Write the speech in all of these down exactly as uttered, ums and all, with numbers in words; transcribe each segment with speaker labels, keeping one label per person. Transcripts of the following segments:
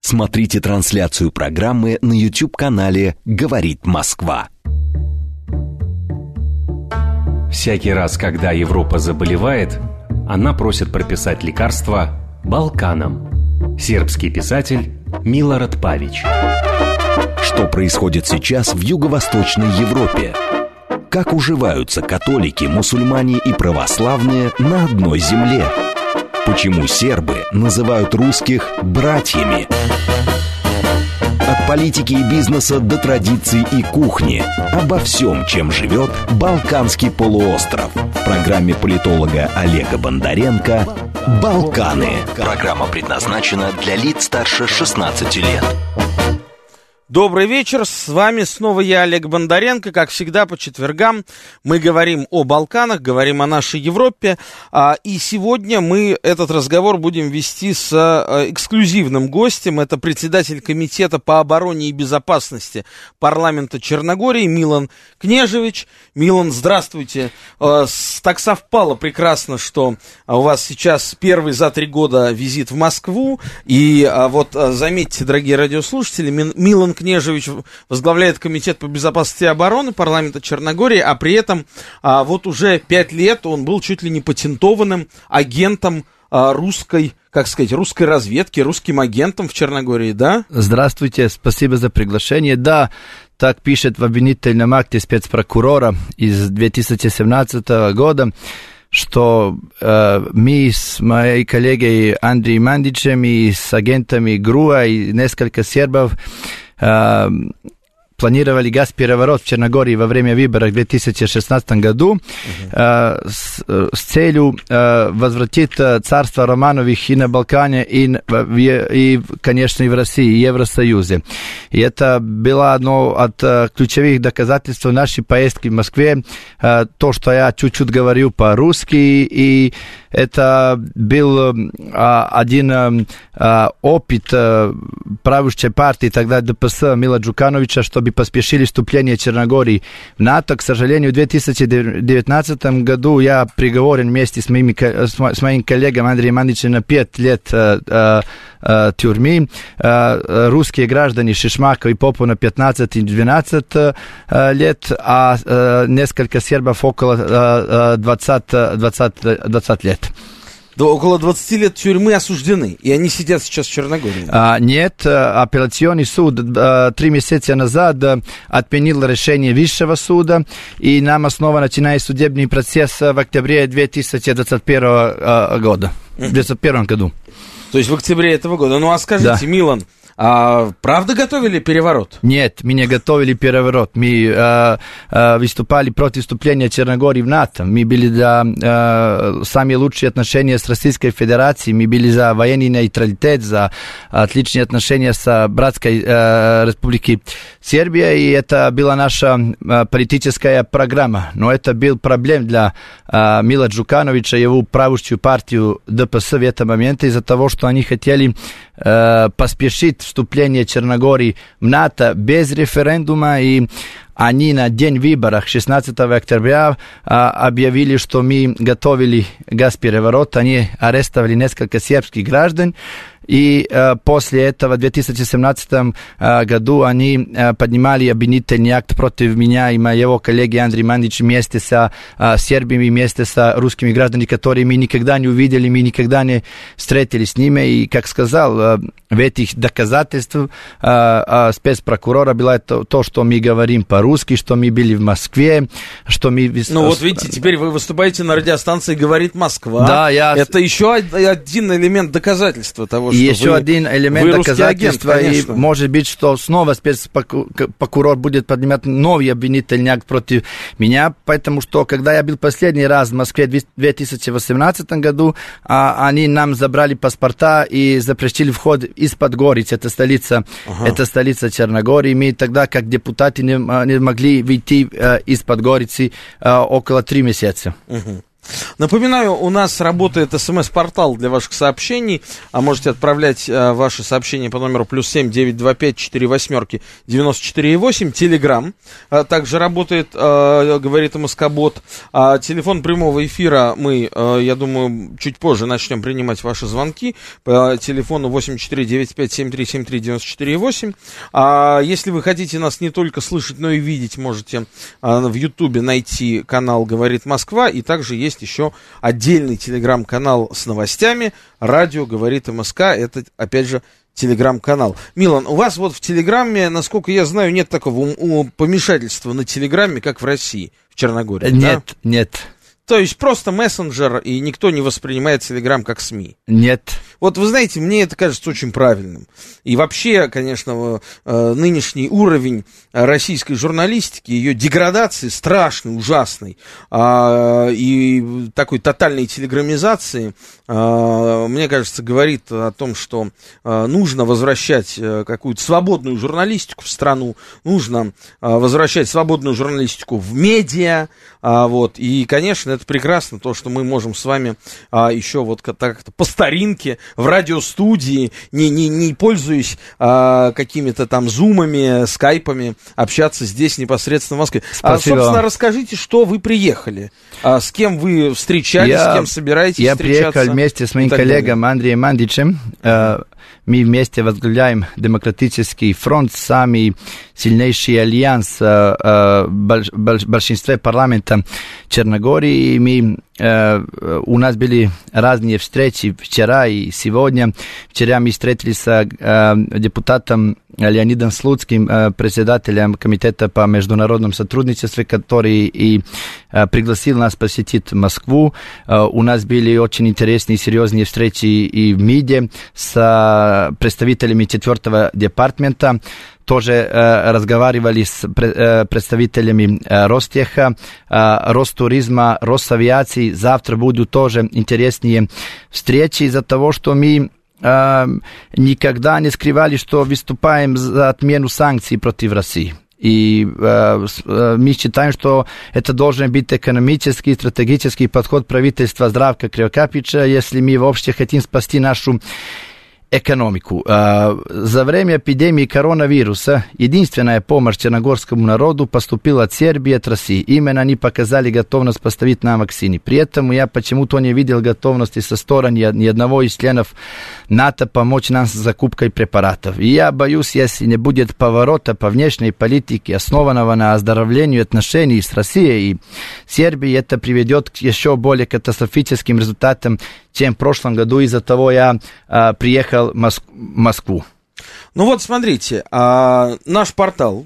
Speaker 1: Смотрите трансляцию программы на YouTube-канале «Говорит Москва».
Speaker 2: Всякий раз, когда Европа заболевает, она просит прописать лекарства Балканам. Сербский писатель Милорад Павич.
Speaker 1: Что происходит сейчас в Юго-Восточной Европе? Как уживаются католики, мусульмане и православные на одной земле? Почему сербы называют русских братьями? От политики и бизнеса до традиций и кухни. Обо всем, чем живет Балканский полуостров. В программе политолога Олега Бондаренко «Балканы». Программа предназначена для лиц старше шестнадцати лет.
Speaker 3: Добрый вечер, с вами снова я, Олег Бондаренко. Как всегда, по четвергам мы говорим о Балканах, говорим о нашей Европе. И сегодня мы этот разговор будем вести с эксклюзивным гостем. Это председатель комитета по обороне и безопасности парламента Черногории Милан Кнежевич. Милан, здравствуйте. Так совпало прекрасно, что у вас сейчас первый за три года визит в Москву. И вот заметьте, дорогие радиослушатели, Милан Кнежевич возглавляет комитет по безопасности и обороне парламента Черногории, а при этом а, вот уже пять лет он был чуть ли не патентованным агентом а, русской, как сказать, русской разведки, русским агентом в Черногории, да?
Speaker 4: Здравствуйте, спасибо за приглашение. Да, так пишет в обвинительном акте спецпрокурора из две тысячи семнадцатого года, что э, мы с моей коллегой Андреем Мандичем и с агентами ГРУа и несколько сербов э, планировали газпереворот в Черногории во время выборов в две тысячи шестнадцатом году uh-huh. э, с, с целью э, возвратить царство Романовых и на Балкане, и, и, и, конечно, и в России, и в Евросоюзе. И это было одно от э, ключевых доказательств нашей поездки в Москве, э, то, что я чуть-чуть говорю по-русски, и это был э, один э, опыт э, правящей партии, тогда ДПС Мила Джукановича, чтобы поспешили вступление Черногории в НАТО. К сожалению, в две тысячи девятнадцатом году я приговорен вместе с, моими, с моим коллегой Андреем Мандичем на пять лет э, э, тюрьмы. Э, русские граждане Шишмаков и Попов на пятнадцать и двенадцать э, лет, а э, несколько сербов около э, двадцать, двадцать, двадцать лет.
Speaker 3: Да, около двадцати лет тюрьмы осуждены, и они сидят сейчас в Черногории.
Speaker 4: А, нет, апелляционный суд а, три месяца назад отменил решение Высшего суда, и нам снова начинает судебный процесс в октябре две тысячи двадцать первого года. В две тысячи двадцать первом году.
Speaker 3: То есть в октябре этого года. Ну а скажите, да. Милан, а правда готовили переворот?
Speaker 4: Нет, мы не готовили переворот. Мы а, а, выступали против вступления Черногории в НАТО. Мы были за а, самые лучшие отношения с Российской Федерацией. Мы были за военный нейтралитет, за отличные отношения с братской а, республикой Сербия. И это была наша а, политическая программа. Но это был проблем для а, Мила Джукановича и его правящую партию ДПС в этот момент из-за того, что они хотели а, поспешить вступление Черногории в НАТО без референдума, и они на день выборов шестнадцатого октября а, объявили, что мы готовили газпереворот. Они арестовали несколько сербских граждан, и а, после этого в две тысячи семнадцатом а, году они а, поднимали обвинительный акт против меня и моего коллеги Андрея Мандича вместе с а, сербами, вместе с русскими гражданами, которые мы никогда не увидели, мы никогда не встретились с ними. И, как сказал, а, в этих доказательствах а, а, спецпрокурора было то, то, что мы говорим по-русски, что мы были в Москве, что мы...
Speaker 3: Ну вот видите, теперь вы выступаете на радиостанции «Говорит Москва».
Speaker 4: Да, я...
Speaker 3: Это еще один элемент доказательства того, что
Speaker 4: и еще
Speaker 3: вы,
Speaker 4: один элемент доказательства,
Speaker 3: агент,
Speaker 4: и может быть, что снова спецпрокурор будет поднимать новый обвинительный акт против меня, потому что, когда я был последний раз в Москве в две тысячи восемнадцатом году, они нам забрали паспорта и запретили вход из Подгорицы, это столица, ага. это столица Черногории. Мы тогда, как депутаты, не, не могли выйти из Подгорицы около три месяца.
Speaker 3: Угу. Напоминаю, у нас работает смс-портал для ваших сообщений. А можете отправлять а, ваши сообщения по номеру плюс семь девять два пять четыре восьмерки девяносто четыре восемь. Телеграм а, также работает, а, говорит МСК-бот. А, телефон прямого эфира мы, а, я думаю, чуть позже начнем принимать ваши звонки. По телефону восемь четыре девять пять семь три семь три девяносто четыре восемь. А, если вы хотите нас не только слышать, но и видеть, можете а, в Ютубе найти канал «Говорит Москва». И также есть еще отдельный телеграм-канал с новостями. Радио «Говорит МСК». Это, опять же, телеграм-канал. Милан, у вас вот в телеграме, насколько я знаю, нет такого помешательства на телеграме, как в России, в Черногории.
Speaker 4: Нет, да? Нет.
Speaker 3: То есть просто мессенджер, и никто не воспринимает Телеграм как СМИ.
Speaker 4: Нет.
Speaker 3: Вот вы знаете, мне это кажется очень правильным. И вообще, конечно, нынешний уровень российской журналистики, ее деградации страшный, ужасный, и такой тотальной телеграммизации, мне кажется, говорит о том, что нужно возвращать какую-то свободную журналистику в страну, нужно возвращать свободную журналистику в медиа, вот, и, конечно, это прекрасно, то, что мы можем с вами а, еще вот как-то по старинке в радиостудии, не, не, не пользуясь а, какими-то там зумами, скайпами, общаться здесь непосредственно в Москве. А, собственно, расскажите, что вы приехали, а, с кем вы встречались, я, с кем собираетесь
Speaker 4: я
Speaker 3: встречаться?
Speaker 4: Я приехал вместе с моим коллегом далее. Андреем Мандичем. Uh-huh. Мы вместе возглавляем Демократический фронт, самый сильнейший альянс в большинстве парламента Черногории. Мы, у нас были разные встречи вчера и сегодня. Вчера мы встретились с депутатом Леонидом Слуцким, председателем Комитета по международному сотрудничеству, который и пригласил нас посетить Москву. У нас были очень интересные и серьезные встречи и в МИДе с представителями четвертого департамента. Тоже э, разговаривали с э, представителями э, Ростеха, э, Ростуризма, Росавиации. Завтра будут тоже интересные встречи из-за того, что мы э, никогда не скрывали, что выступаем за отмену санкций против России. И э, мы считаем, что это должен быть экономический, стратегический подход правительства Здравка Кревкапича, если мы вообще хотим спасти нашу экономику. За время эпидемии коронавируса единственная помощь черногорскому народу поступила от Сербии, от России. Именно они показали готовность поставить нам вакцины. При этом я почему-то не видел готовности со стороны ни одного из членов НАТО помочь нам с закупкой препаратов. И я боюсь, если не будет поворота по внешней политике, основанного на оздоровлении отношений с Россией и Сербией, это приведет к еще более катастрофическим результатам, чем в прошлом году. Из-за того я а, приехал в Моск- Москву.
Speaker 3: Ну вот, смотрите, а, наш портал,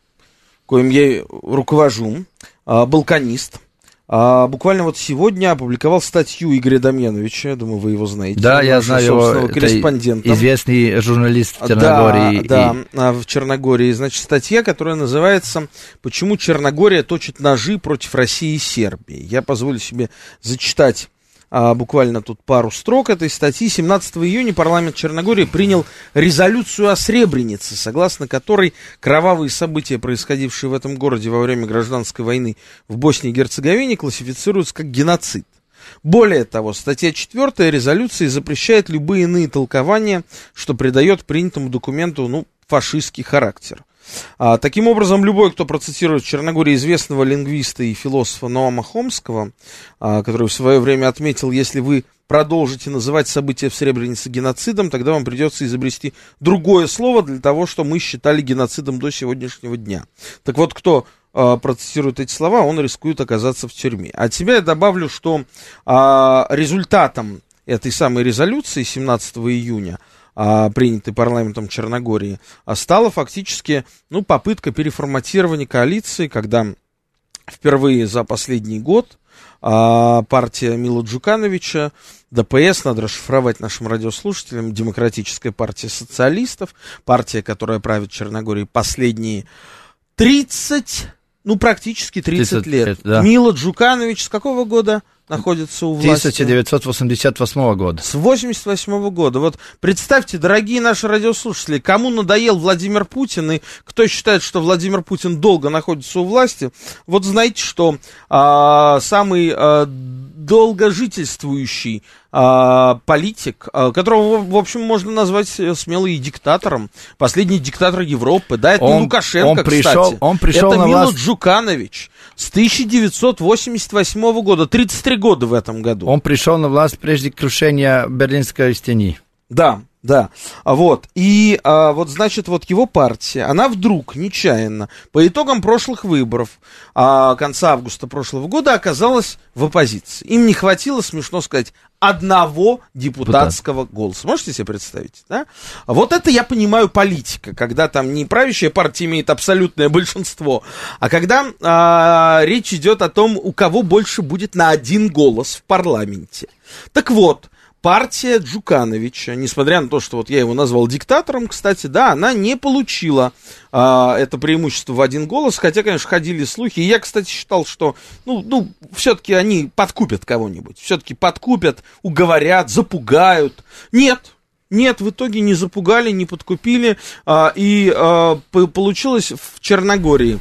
Speaker 3: коим я руковожу, а, «Балканист», а, буквально вот сегодня опубликовал статью Игоря Дамьяновича, я думаю, вы его знаете.
Speaker 4: Да, я знаю его,
Speaker 3: корреспондента.
Speaker 4: Известный журналист в Черногории.
Speaker 3: Да,
Speaker 4: и...
Speaker 3: да, в Черногории. Значит, статья, которая называется «Почему Черногория точит ножи против России и Сербии». Я позволю себе зачитать А, буквально тут пару строк этой статьи. семнадцатого июня парламент Черногории принял резолюцию о Сребренице, согласно которой кровавые события, происходившие в этом городе во время гражданской войны в Боснии и Герцеговине, классифицируются как геноцид. Более того, статья четвёртая резолюции запрещает любые иные толкования, что придает принятому документу, ну, фашистский характер. А, таким образом, любой, кто процитирует в Черногории известного лингвиста и философа Ноама Хомского, а, который в свое время отметил, если вы продолжите называть события в Сребренице геноцидом, тогда вам придется изобрести другое слово для того, что мы считали геноцидом до сегодняшнего дня. Так вот, кто а, процитирует эти слова, он рискует оказаться в тюрьме. От себя я добавлю, что а, результатом этой самой резолюции семнадцатого июня, принятой парламентом Черногории, стала фактически, ну, попытка переформатирования коалиции, когда впервые за последний год а, партия Мила Джукановича, ДПС, надо расшифровать нашим радиослушателям, Демократическая партия социалистов, партия, которая правит Черногорией последние тридцать, ну, практически тридцать, тридцать лет. лет да. Мила Джуканович с какого года находится у власти?
Speaker 4: тысяча девятьсот восемьдесят восьмого года.
Speaker 3: С восемьдесят восьмого года. Вот представьте, дорогие наши радиослушатели, кому надоел Владимир Путин и кто считает, что Владимир Путин долго находится у власти, вот знаете, что а, самый а, долгожительствующий а, политик, а, которого, в общем, можно назвать смело и диктатором. Последний диктатор Европы, да, это он, не Лукашенко,
Speaker 4: он пришел,
Speaker 3: кстати.
Speaker 4: Он пришел
Speaker 3: это
Speaker 4: на
Speaker 3: Мило
Speaker 4: власть...
Speaker 3: Джуканович с тысяча девятьсот восемьдесят восьмого года, тридцать три года в этом году.
Speaker 4: Он пришел на власть прежде крушения Берлинской стены.
Speaker 3: Да. Да, вот, и а, вот, значит, вот его партия, она вдруг, нечаянно, по итогам прошлых выборов, а, конца августа прошлого года, оказалась в оппозиции. Им не хватило, смешно сказать, одного депутатского голоса. Можете себе представить, да? Вот это, я понимаю, политика, когда там не правящая партия имеет абсолютное большинство, а когда а, речь идет о том, у кого больше будет на один голос в парламенте. Так вот, партия Джукановича, несмотря на то, что вот я его назвал диктатором, кстати, да, она не получила а, это преимущество в один голос, хотя, конечно, ходили слухи, и я, кстати, считал, что, ну, ну все-таки они подкупят кого-нибудь, все-таки подкупят, уговорят, запугают. Нет, нет, в итоге не запугали, не подкупили, а, и а, получилось в Черногории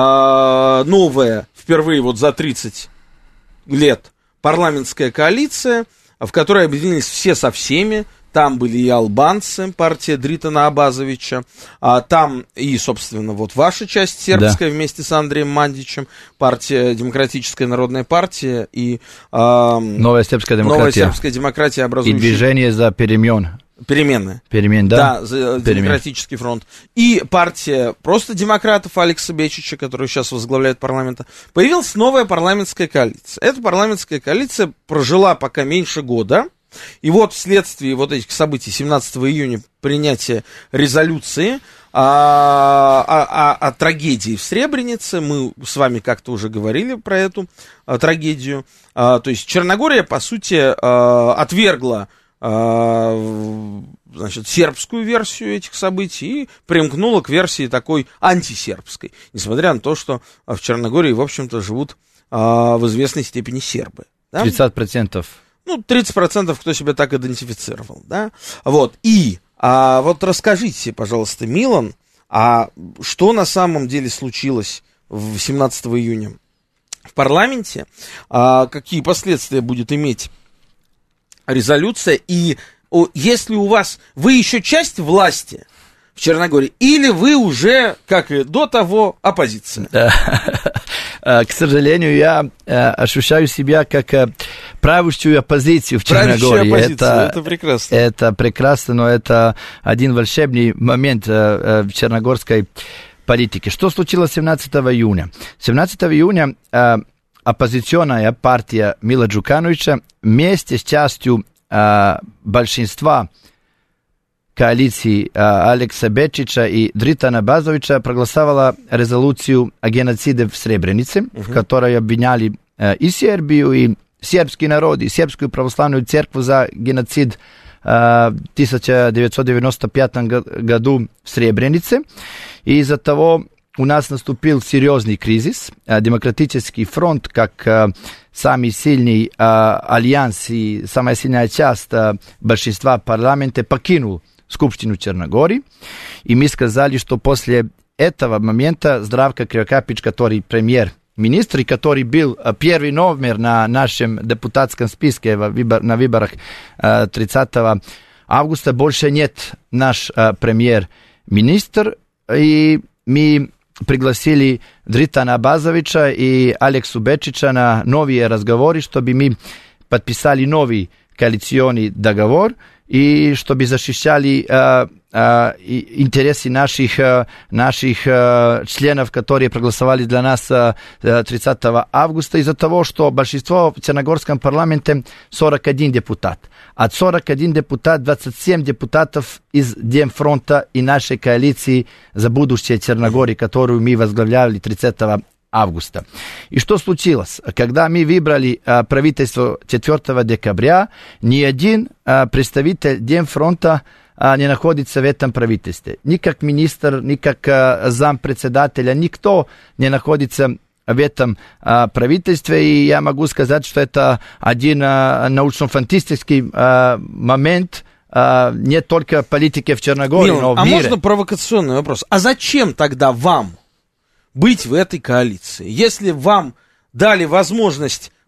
Speaker 3: а, новая, впервые вот за тридцать лет, парламентская коалиция, в которой объединились все со всеми. Там были и албанцы, партия Дритана Абазовича, а там и, собственно, вот ваша часть сербская, да, вместе с Андреем Мандичем, партия Демократическая народная партия и а,
Speaker 4: Новая сербская демократия,
Speaker 3: Новая сербская демократия, образующая...
Speaker 4: И движение за перемен.
Speaker 3: Перемены.
Speaker 4: Перемен, да?
Speaker 3: Да, за
Speaker 4: Перемен.
Speaker 3: Демократический фронт. И партия просто демократов Алекса Бечича, который сейчас возглавляет парламент, появилась новая парламентская коалиция. Эта парламентская коалиция прожила пока меньше года. И вот вследствие вот этих событий семнадцатого июня принятия резолюции о, о, о, о трагедии в Сребренице, мы с вами как-то уже говорили про эту а, трагедию. А, то есть Черногория, по сути, а, отвергла значит, сербскую версию этих событий и примкнула к версии такой антисербской, несмотря на то, что в Черногории, в общем-то, живут а, в известной степени сербы. Да?
Speaker 4: тридцать процентов.
Speaker 3: Ну, тридцать процентов, кто себя так идентифицировал, да? Вот, и а, вот расскажите, пожалуйста, Милан, а что на самом деле случилось семнадцатого июня в парламенте, а, какие последствия будет иметь резолюция, и о, если у вас, вы еще часть власти в Черногории, или вы уже, как и до того, оппозиция?
Speaker 4: К сожалению, я ощущаю себя как правящую оппозицию в Черногории.
Speaker 3: Правящую оппозицию, это, это прекрасно.
Speaker 4: Это прекрасно, но это один волшебный момент в черногорской политике. Что случилось семнадцатого июня? семнадцатого июня оппозиционная партия Мила Джукановича вместе с частью э, большинства коалиции э, Алекса Бечича и Дритана Абазовича проголосовала резолюцию о геноциде в Сребренице, uh-huh. в которой обвиняли э, и Сербию, и сербский народ, и сербскую православную церковь за геноцид э, в тысяча девятьсот девяносто пятом году в Сребренице. И из-за того у нас наступил серьезный кризис. Демократический фронт, как самый сильный альянс и самая сильная часть большинства парламента, покинул Скупштину Черногории. И мы сказали, что после этого момента Здравко Крикапич, который премьер-министр, и который был первый номер на нашем депутатском списке на выборах тридцатого августа, больше нет наш премьер-министр. И мы пригласили Дритана Абазовича и Алексу Бечича на новые разговоры, чтобы мы подписали новый коалиционный договор и чтобы защищали э, э, интересы наших, э, наших э, членов, которые проголосовали для нас э, тридцатого августа, из-за того, что большинство в Черногорском парламенте сорок один депутат. От сорок один депутат, двадцать семь депутатов из Демфронта и нашей коалиции за будущее Черногории, которую мы возглавляли тридцатого августа. И что случилось? Когда мы выбрали а, правительство четвёртого декабря, ни один а, представитель Демфронта а, не находится в этом правительстве. Ни как министр, ни как а, зампредседателя, никто не находится в этом а, правительстве. И я могу сказать, что это один а, научно-фантастический а, момент, а, не только политики в Черногории,
Speaker 3: Милан,
Speaker 4: но в
Speaker 3: а
Speaker 4: мире.
Speaker 3: А можно провокационный вопрос? А зачем тогда вам быть в этой коалиции? Если вам дали возможность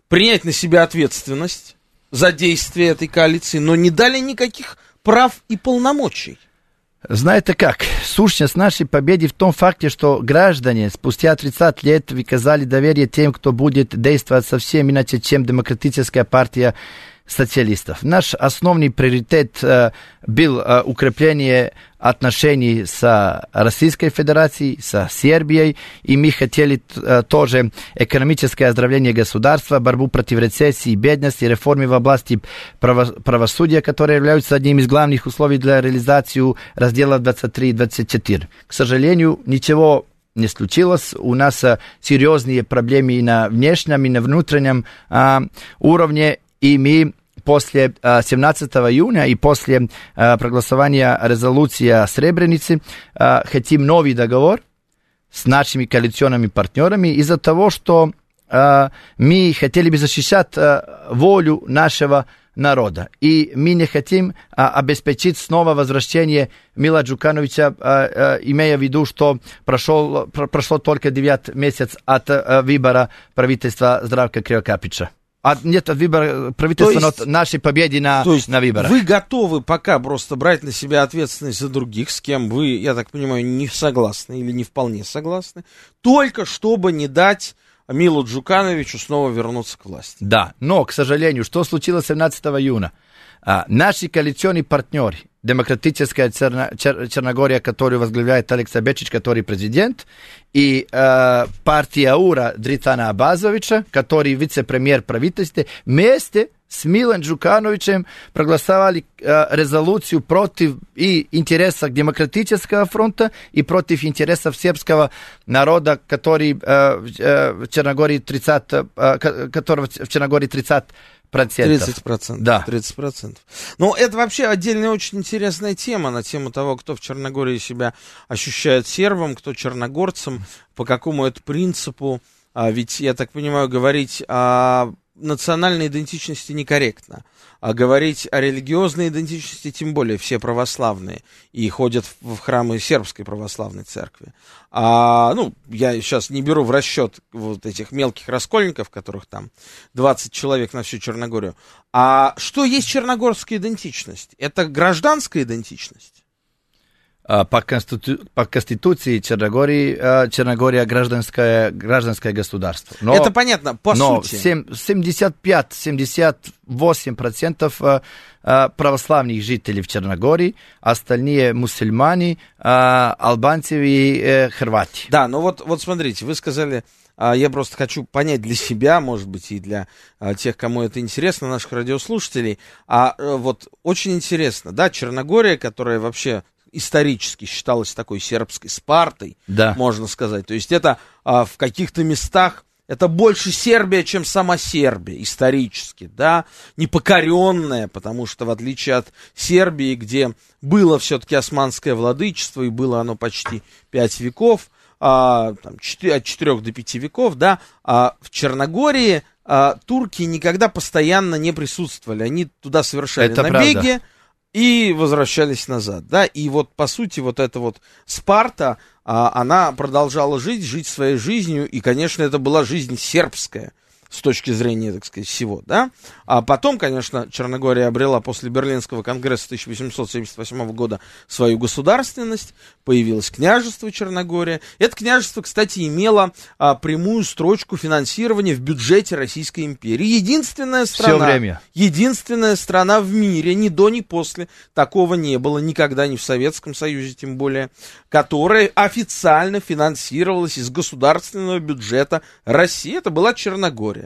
Speaker 3: принять на себя ответственность за действия этой коалиции, но не дали никаких прав и полномочий.
Speaker 4: Знаете как, сущность нашей победы в том факте, что граждане спустя тридцать лет выказали доверие тем, кто будет действовать совсем иначе, чем демократическая партия социалистов. Наш основной приоритет э, был э, укрепление отношений с Российской Федерацией, со Сербией, и мы хотели э, тоже экономическое оздоровление государства, борьбу против рецессии, бедности, реформы в области право- правосудия, которые являются одним из главных условий для реализации раздела двадцать три и двадцать четыре. К сожалению, ничего не случилось. У нас э, серьезные проблемы и на внешнем, и на внутреннем э, уровне, и мы после семнадцатого июня и после uh, проголосования резолюции о Сребренице uh, хотим новый договор с нашими коалиционными партнерами из-за того, что uh, мы хотели бы защищать uh, волю нашего народа. И мы не хотим uh, обеспечить снова возвращение Мила Джукановича, uh, uh, имея в виду, что прошел, про, прошло только девять месяцев от uh, выбора правительства Здравка Крикапича. От, нет, от выбора правительства,
Speaker 3: есть,
Speaker 4: но от нашей победы на,
Speaker 3: то есть
Speaker 4: на выборах.
Speaker 3: Вы готовы пока просто брать на себя ответственность за других, с кем вы, я так понимаю, не согласны или не вполне согласны, только чтобы не дать Милу Джукановичу снова вернуться к власти.
Speaker 4: Да, но, к сожалению, что случилось семнадцатого июня? А, наши коалиционные партнеры, Демократическая Черно, Чер, Черногория, которую возглавляет Алекса Бечич, который президент, и э, партия АУРа Дрицана Абазовича, который вице-премьер правительства, вместе с Милом Джукановичем проголосовали э, резолюцию против и интересов Демократического фронта и против интересов сербского народа, который э, э, в Черногории тридцать, э, которого в Черногории тридцать процентов.
Speaker 3: тридцать процентов.
Speaker 4: Да.
Speaker 3: тридцать процентов. Ну, это вообще отдельная очень интересная тема, на тему того, кто в Черногории себя ощущает сербом, кто черногорцем, по какому это принципу. А ведь, я так понимаю, говорить о национальной идентичности некорректно, а говорить о религиозной идентичности тем более, все православные и ходят в храмы сербской православной церкви. А, ну, я сейчас не беру в расчет вот этих мелких раскольников, которых там двадцать человек на всю Черногорию. А что есть черногорская идентичность? Это гражданская идентичность?
Speaker 4: По, конститу... по Конституции Черногории, Черногория гражданское, гражданское государство. Но,
Speaker 3: это понятно, по
Speaker 4: но
Speaker 3: сути.
Speaker 4: семьдесят пять - семьдесят восемь процентов православных жителей в Черногории, остальные мусульмане, албанцы и хорваты.
Speaker 3: Да, ну вот, вот смотрите, вы сказали, я просто хочу понять для себя, может быть, и для тех, кому это интересно, наших радиослушателей, а вот очень интересно, да, Черногория, которая вообще исторически считалась такой сербской Спартой, да, можно сказать. То есть это а, в каких-то местах, это больше Сербия, чем сама Сербия, исторически, да, непокоренная, потому что в отличие от Сербии, где было все-таки османское владычество, и было оно почти пять веков, а, там, четыре, от четырех до пяти веков, да, а в Черногории а, турки никогда постоянно не присутствовали, они туда совершали это набеги, правда. И возвращались назад, да, и вот, по сути, вот эта вот Спарта, а, она продолжала жить, жить своей жизнью, и, конечно, это была жизнь сербская, с точки зрения, так сказать, всего, да. А потом, конечно, Черногория обрела после Берлинского конгресса тысяча восемьсот семьдесят восьмого года свою государственность, появилось княжество Черногория. Это княжество, кстати, имело а, прямую строчку финансирования в бюджете Российской империи. Единственная страна,
Speaker 4: Все время.
Speaker 3: единственная страна в мире, ни до, ни после, такого не было, никогда не в Советском Союзе, тем более, которая официально финансировалась из государственного бюджета России. Это была Черногория.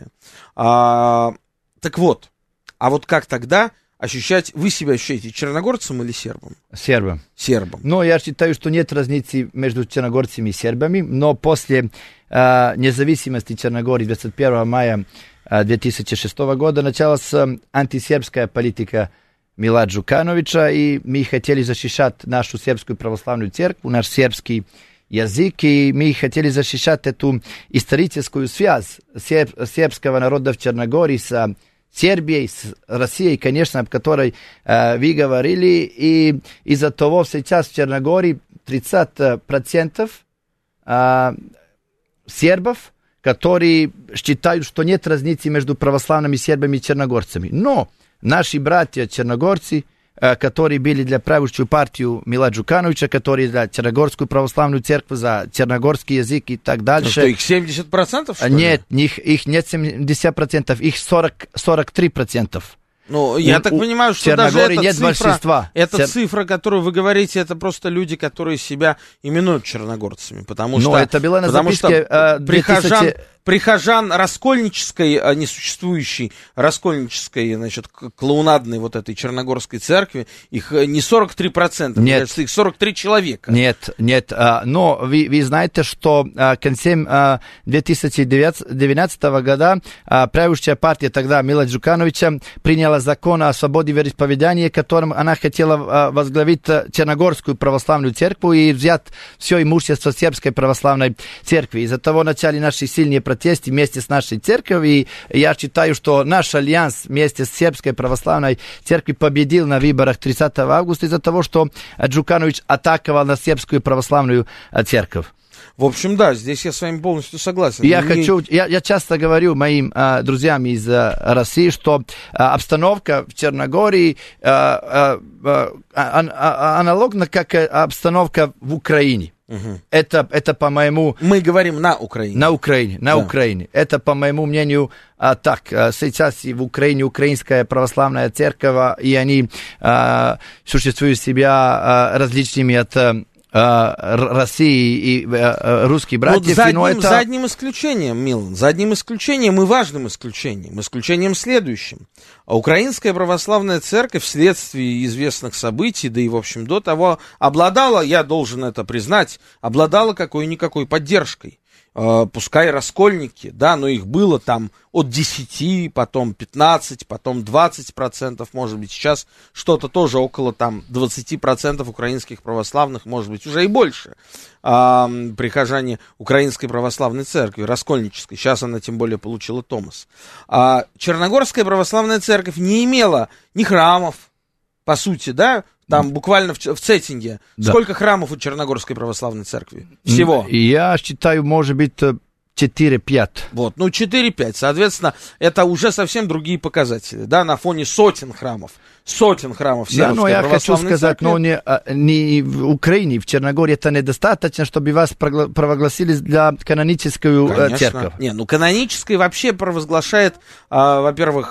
Speaker 3: А, так вот, а вот как тогда ощущать, вы себя ощущаете черногорцем или сербом?
Speaker 4: Сербом.
Speaker 3: Сербом.
Speaker 4: Но я считаю, что нет разницы между черногорцами и сербами, но после э, независимости Черногории двадцать первого мая две тысячи шестого года началась э, антисербская политика Мила Джукановича, и мы хотели защищать нашу сербскую православную церковь, наш сербский язык, и мы хотели защищать эту историческую связь серб, сербского народа в Черногории с Сербией, с Россией, конечно, об которой э, вы говорили, и из-за того сейчас в Черногории тридцать процентов э, сербов, которые считают, что нет разницы между православными сербами и черногорцами. Но наши братья черногорцы, которые были для правящую партию Мила Джукановича, которые за черногорскую православную церковь, за черногорский язык и так дальше.
Speaker 3: Ну что, их семьдесят процентов, что ли?
Speaker 4: Нет, их, их нет семьдесят процентов, их сорок, сорок три процента.
Speaker 3: Ну, я
Speaker 4: у,
Speaker 3: так понимаю, что даже эта
Speaker 4: нет
Speaker 3: цифра, эта
Speaker 4: Чер...
Speaker 3: цифра, которую вы говорите, это просто люди, которые себя именуют черногорцами, потому
Speaker 4: Но
Speaker 3: что,
Speaker 4: это было на
Speaker 3: потому
Speaker 4: записке,
Speaker 3: что
Speaker 4: э,
Speaker 3: прихожан,
Speaker 4: две тысячи...
Speaker 3: прихожан раскольнической, несуществующей раскольнической, значит, клоунадной вот этой черногорской церкви, их не сорок три процента,
Speaker 4: нет.
Speaker 3: мне кажется, их сорок три человека.
Speaker 4: Нет, нет, но вы, вы знаете, что в конце две тысячи девятнадцатого года правящая партия тогда Мила Джукановича приняла закон о свободе вероисповедания, которым она хотела возглавить Черногорскую православную церковь и взять все имущество сербской православной церкви. Из-за того начали наши сильные протесты вместе с нашей церковью, и я считаю, что наш альянс вместе с сербской православной церковью победил на выборах тридцатого августа из-за того, что Джуканович атаковал на сербскую православную церковь.
Speaker 3: В общем, да, здесь я с вами полностью согласен.
Speaker 4: Я,
Speaker 3: Не...
Speaker 4: хочу, я, я часто говорю моим а, друзьям из а, России, что а, обстановка в Черногории а, а, а, а, аналогна как обстановка в Украине. Угу. Это, это по моему...
Speaker 3: Мы говорим на Украине.
Speaker 4: На Украине, на
Speaker 3: да.
Speaker 4: Украине. Это, по моему мнению, а, так. А, сейчас в Украине украинская православная церковь, и они а, существуют себя а, различными от... России и русских братьев.
Speaker 3: Вот за, одним,
Speaker 4: это...
Speaker 3: за одним исключением, Милан, за одним исключением и важным исключением, исключением следующим. Украинская православная церковь вследствие известных событий, да и, в общем, до того, обладала, я должен это признать, обладала какой-никакой поддержкой. Э, пускай раскольники, да, но их было там от десяти, потом пятнадцать, потом двадцать процентов, может быть, сейчас что-то тоже около там двадцати процентов украинских православных, может быть, уже и больше, э, прихожане Украинской православной церкви, раскольнической, сейчас она тем более получила Томас. А Черногорская православная церковь не имела ни храмов, по сути, да, там буквально в, в Цеттинге. Да. Сколько храмов у Черногорской православной церкви? Всего?
Speaker 4: Я считаю, может быть, четыре-пять.
Speaker 3: Вот, ну четыре-пять. Соответственно, это уже совсем другие показатели, да, на фоне сотен храмов. Сотен храмов сербской
Speaker 4: да, но я
Speaker 3: православной
Speaker 4: хочу сказать,
Speaker 3: церкви.
Speaker 4: но не, не в Украине, в Черногории это недостаточно, чтобы вас провозгласили для каноническую
Speaker 3: Конечно.
Speaker 4: церковь.
Speaker 3: Не, ну канонической вообще провозглашает, а, во-первых,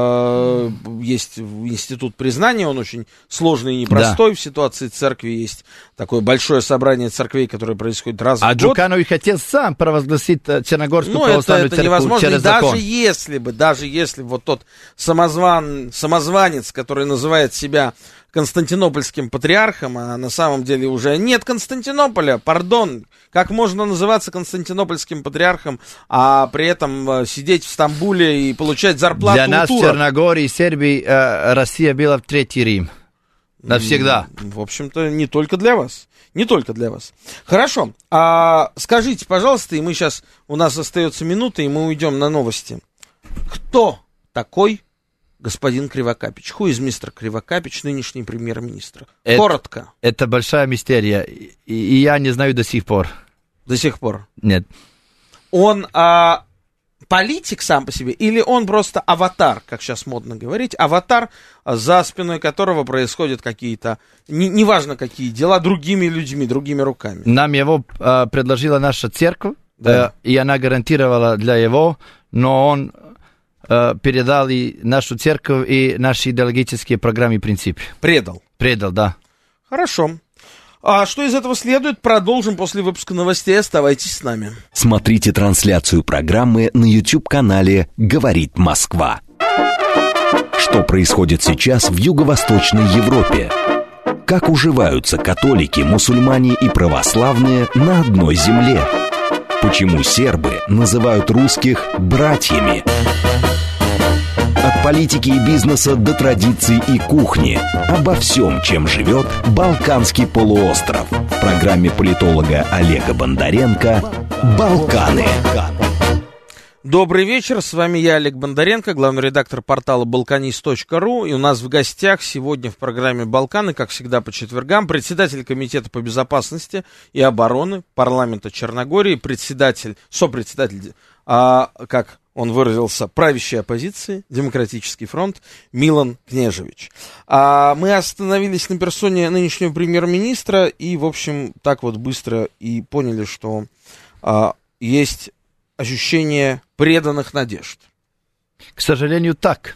Speaker 3: а, есть институт признания, он очень сложный и непростой. Да. В ситуации церкви есть такое большое собрание церквей, которое происходит раз
Speaker 4: а
Speaker 3: в год.
Speaker 4: А Джуканович хотел сам провозгласить Черногорскую
Speaker 3: ну,
Speaker 4: православную
Speaker 3: это, это
Speaker 4: церковь
Speaker 3: невозможно.
Speaker 4: через
Speaker 3: И даже
Speaker 4: закон.
Speaker 3: если бы, даже если бы вот тот самозван, самозванец, который называет себя константинопольским патриархом, а на самом деле уже нет Константинополя, пардон, как можно называться константинопольским патриархом, а при этом сидеть в Стамбуле и получать зарплату
Speaker 4: Для нас
Speaker 3: у турок?
Speaker 4: в Черногории и Сербии э, Россия была в Третий Рим. Навсегда.
Speaker 3: В общем-то, не только для вас. Не только для вас. Хорошо. А скажите, пожалуйста, и мы сейчас, у нас остается минута, и мы уйдем на новости. Кто такой господин Кривокапич? Who is мистер Кривокапич, нынешний премьер-министр?
Speaker 4: Это,
Speaker 3: Коротко.
Speaker 4: Это большая мистерия, и, и я не знаю до сих пор.
Speaker 3: До сих пор?
Speaker 4: Нет.
Speaker 3: Он а, политик сам по себе, или он просто аватар, как сейчас модно говорить, аватар, за спиной которого происходят какие-то, не, неважно какие дела, другими людьми, другими руками?
Speaker 4: Нам его а, предложила наша церковь,
Speaker 3: да.
Speaker 4: а, и она гарантировала для его, но он передал и нашу церковь, и наши идеологические программы и принципы.
Speaker 3: Предал?
Speaker 4: Предал, да.
Speaker 3: Хорошо. А что из этого следует, продолжим после выпуска новостей. Оставайтесь с нами.
Speaker 1: Смотрите трансляцию программы на YouTube-канале «Говорит Москва». Что происходит сейчас в Юго-Восточной Европе? Как уживаются католики, мусульмане и православные на одной земле? Почему сербы называют русских братьями? От политики и бизнеса до традиций и кухни. Обо всем, чем живет Балканский полуостров. В программе политолога Олега Бондаренко «Балканы».
Speaker 3: Добрый вечер, с вами я, Олег Бондаренко, главный редактор портала балканист точка ру. И у нас в гостях сегодня в программе «Балканы», как всегда по четвергам, председатель Комитета по безопасности и обороны парламента Черногории, председатель, сопредседатель а, как он выразился, правящей оппозиции, Демократический фронт, Милан Кнежевич. А мы остановились на персоне нынешнего премьер-министра и, в общем, так вот быстро и поняли, что а, есть ощущение преданных надежд.
Speaker 4: К сожалению, так.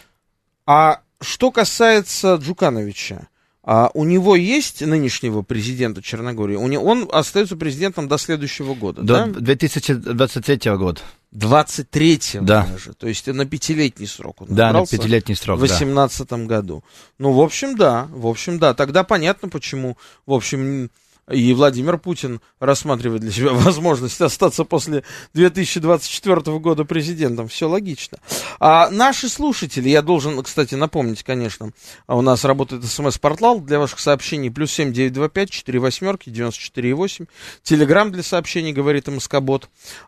Speaker 3: А что касается Джукановича, а у него есть нынешнего президента Черногории? У него, он остается президентом до следующего года,
Speaker 4: до
Speaker 3: да?
Speaker 4: две тысячи двадцать третьего года.
Speaker 3: двадцать третьего
Speaker 4: да.
Speaker 3: даже. То есть на пятилетний срок он
Speaker 4: да,
Speaker 3: набрался
Speaker 4: на пятилетний срок,
Speaker 3: в восемнадцатом да. году. Ну, в общем, да. В общем, да. Тогда понятно, почему, в общем, и Владимир Путин рассматривает для себя возможность остаться после две тысячи двадцать четвёртого года президентом. Все логично. А наши слушатели, я должен, кстати, напомнить, конечно, у нас работает смс-портал для ваших сообщений. Плюс семь девять два пять четыре восьмерки девяносто четыре восемь. Телеграм для сообщений, говорит МСК-бот.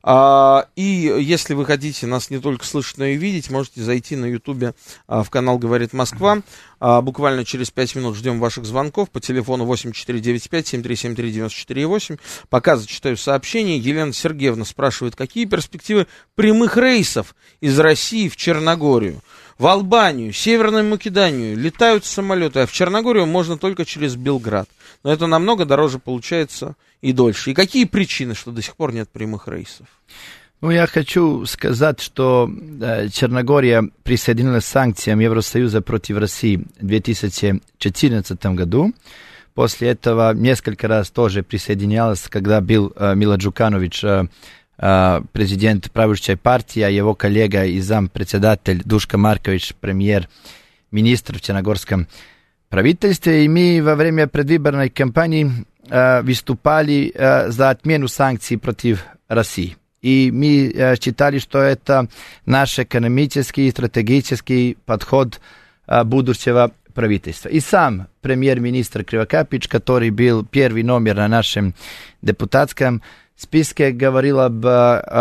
Speaker 3: А, и если вы хотите нас не только слышать, но и видеть, можете зайти на Ютубе а, в канал «Говорит Москва». А, буквально через пять минут ждем ваших звонков по телефону восемь четыре девять пять семь три семь три девяносто четыре восемь. Пока зачитаю сообщение. Елена Сергеевна спрашивает, какие перспективы прямых рейсов из России в Черногорию? В Албанию, Северную Македонию летают самолеты, а в Черногорию можно только через Белград. Но это намного дороже получается и дольше. И какие причины, что до сих пор нет прямых рейсов?
Speaker 4: Ну, я хочу сказать, что э, Черногория присоединилась к санкциям Евросоюза против России в две тысячи четырнадцатом году. После этого несколько раз тоже присоединялась, когда был э, Мило Джуканович, э, э, президент правящей партии, а его коллега и зампредседатель Душко Маркович, премьер-министр в черногорском правительстве. И мы во время предвыборной кампании э, выступали э, за отмену санкций против России. И мы э, считали, что это наш экономический и стратегический подход э, будущего правительства. И сам премьер-министр Кривокапич, который был первый номер на нашем депутатском списке, говорил об э,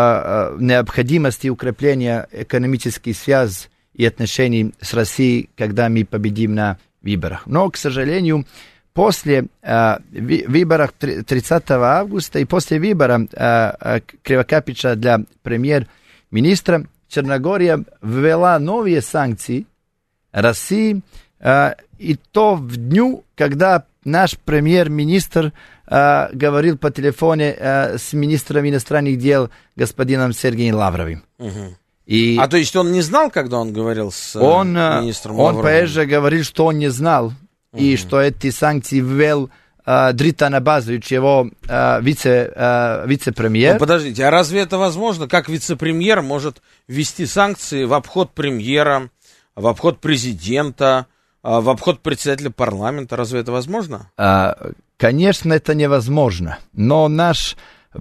Speaker 4: э, необходимости укрепления экономических связей и отношений с Россией, когда мы победим на выборах. Но, к сожалению, после э, выборов тридцатого августа и после выбора э, Кривокапича для премьер-министра Черногория ввела новые санкции России, э, и то в дню, когда наш премьер-министр э, говорил по телефону э, с министром иностранных дел господином Сергеем Лавровым.
Speaker 3: Угу.
Speaker 4: И
Speaker 3: а то есть он не знал, когда он говорил с
Speaker 4: он,
Speaker 3: министром
Speaker 4: он
Speaker 3: Лавровым? Он
Speaker 4: позже говорил, что он не знал, uh-huh. и что эти санкции ввел uh, Дрита Набазович, его uh, вице, uh, вице-премьер.
Speaker 3: Ну, подождите, а разве это возможно? Как вице-премьер может ввести санкции в обход премьера, в обход президента, в обход председателя парламента? Разве это возможно?
Speaker 4: Uh, конечно, это невозможно, но наш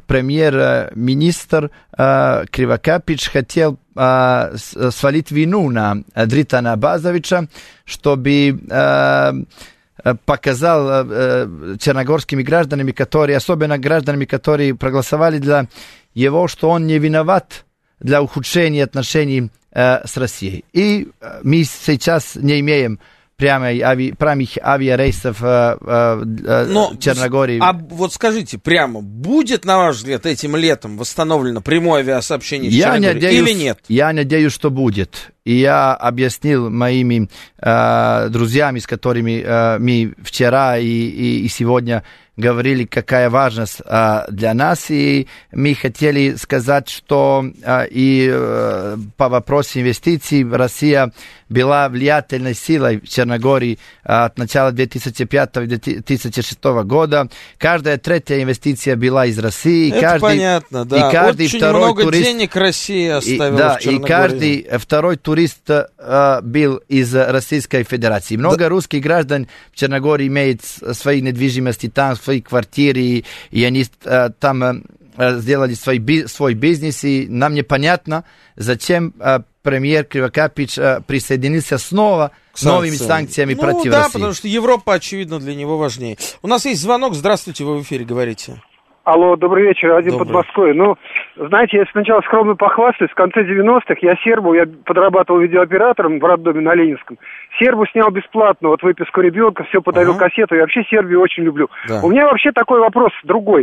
Speaker 4: премьер-министр uh, Кривокапич хотел uh, свалить вину на Дрита Набазовича, чтобы uh, показал uh, черногорскими гражданами, которые, особенно гражданами, которые проголосовали для его, что он не виноват для ухудшения отношений uh, с Россией. И uh, мы сейчас не имеем прямых, ави, прямых авиарейсов э, э,
Speaker 3: Но,
Speaker 4: Черногории.
Speaker 3: А вот скажите прямо, будет, на ваш взгляд, этим летом восстановлено прямое авиасообщение с Черногорией или нет?
Speaker 4: Я надеюсь, что будет. И я объяснил моими э, друзьями, с которыми э, мы вчера и, и, и сегодня говорили, какая важность э, для нас, и мы хотели сказать, что э, и э, по вопросу инвестиций Россия была влиятельной силой в Черногории э, от начала две тысячи пятого - две тысячи шестого года. Каждая третья инвестиция была из России.
Speaker 3: Это
Speaker 4: каждый,
Speaker 3: понятно, да.
Speaker 4: И каждый
Speaker 3: Очень
Speaker 4: второй
Speaker 3: много
Speaker 4: турист,
Speaker 3: денег Россия оставила
Speaker 4: и, да,
Speaker 3: в Черногории.
Speaker 4: И каждый второй турист э, был из Российской Федерации. Много да. русских граждан в Черногории имеют свои недвижимости там, свои квартиры, и, и они э, там э, сделали свой, би, свой бизнес, и нам непонятно, зачем э, премьер Кривокапич э, присоединился снова к новыми санкциями
Speaker 3: ну,
Speaker 4: против
Speaker 3: да,
Speaker 4: России.
Speaker 3: Потому что Европа, очевидно, для него важнее. У нас есть звонок. Здравствуйте, вы в эфире, говорите.
Speaker 5: Алло, добрый вечер, Один
Speaker 3: Добрый.
Speaker 5: Подмосковье. Ну, знаете, я сначала скромно похвастаюсь, в конце девяностых я сербу, я подрабатывал видеооператором в роддоме на Ленинском. Сербу снял бесплатно, вот выписку ребенка, все подарил ага. кассету, я вообще Сербию очень люблю. Да. У меня вообще такой вопрос другой.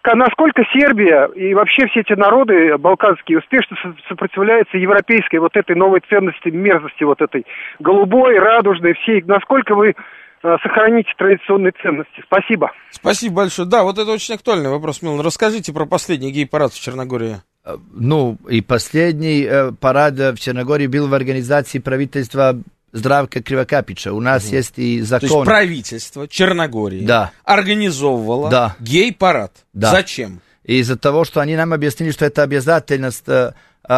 Speaker 5: насколько Сербия и вообще все эти народы балканские успешно сопротивляются европейской вот этой новой ценности, мерзости вот этой голубой, радужной, всей, насколько вы сохраните традиционные ценности. Спасибо.
Speaker 3: Спасибо большое. Да, вот это очень актуальный вопрос, Милан. Расскажите про последний гей-парад в Черногории.
Speaker 4: Ну, и последний э, парад в Черногории был в организации правительства Здравка Кривокапича. У нас угу. есть и закон.
Speaker 3: То есть правительство Черногории да. организовывало да. гей-парад. Да. Зачем?
Speaker 4: Из-за того, что они нам объяснили, что это обязательность, э,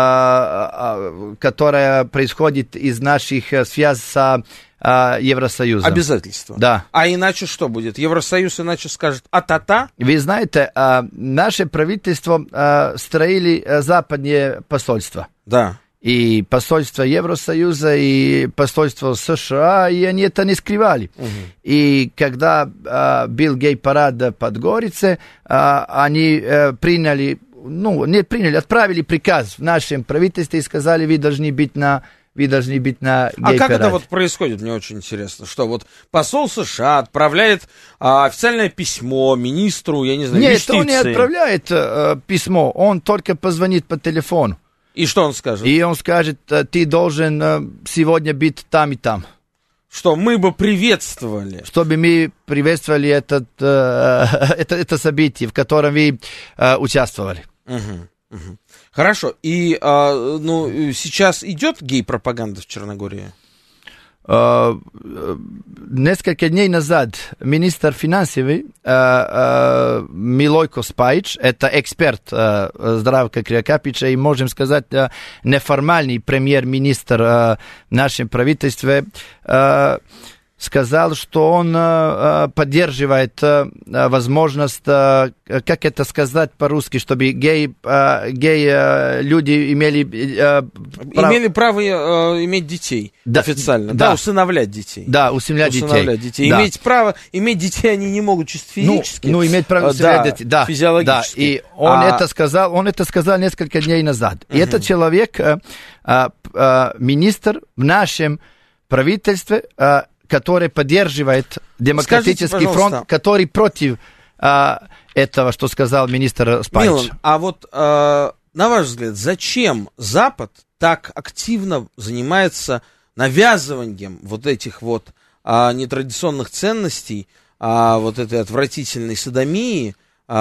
Speaker 4: э, которая происходит из наших связей с э, Евросоюзом.
Speaker 3: Обязательство?
Speaker 4: Да.
Speaker 3: А иначе что будет? Евросоюз иначе скажет а-та-та?
Speaker 4: Вы знаете, э, наше правительство э, строили западные посольства.
Speaker 3: Да.
Speaker 4: И посольство Евросоюза, и посольство США, и они это не скрывали. Угу. И когда э, был гей-парад в Подгорице, э, они э, приняли, ну, не приняли, отправили приказ в нашем правительстве и сказали, вы должны быть на, вы должны быть на гей-параде.
Speaker 3: А как это вот происходит, мне очень интересно, что вот посол США отправляет а, официальное письмо министру, я не знаю,
Speaker 4: Нет,
Speaker 3: юстиции.
Speaker 4: он не отправляет э, письмо, он только позвонит по телефону.
Speaker 3: И что он скажет?
Speaker 4: И он скажет, ты должен сегодня быть там и там.
Speaker 3: Что мы бы приветствовали.
Speaker 4: Чтобы мы приветствовали этот, это, это событие, в котором вы участвовали.
Speaker 3: Угу, угу. Хорошо. И ну, сейчас идет гей-пропаганда в Черногории?
Speaker 4: Uh, несколько дней назад министр финансов uh, uh, Милойко Спаич, это эксперт uh, Здравка Кривокапича, и, можем сказать, uh, неформальный премьер-министр uh, в нашем правительстве, uh, сказал, что он uh, поддерживает uh, возможность, uh, как это сказать по-русски, чтобы гей, uh, гей uh, люди имели... Uh,
Speaker 3: прав... Имели право uh, иметь детей да, официально, да, да, усыновлять детей.
Speaker 4: Да, усыновлять,
Speaker 3: усыновлять детей. детей.
Speaker 4: Да.
Speaker 3: Иметь право, иметь детей они не могут чисто физически.
Speaker 4: Ну, ну иметь право усыновлять
Speaker 3: да,
Speaker 4: детей, да,
Speaker 3: физиологически.
Speaker 4: Да, и он,
Speaker 3: а...
Speaker 4: это сказал, он это сказал несколько дней назад. Угу. И этот человек, uh, uh, uh, министр в нашем правительстве, uh, который поддерживает демократический
Speaker 3: Скажите,
Speaker 4: фронт, который против а, этого, что сказал министр Спаич.
Speaker 3: Милан, а вот а, на ваш взгляд, зачем Запад так активно занимается навязыванием вот этих вот а, нетрадиционных ценностей, а, вот этой отвратительной содомии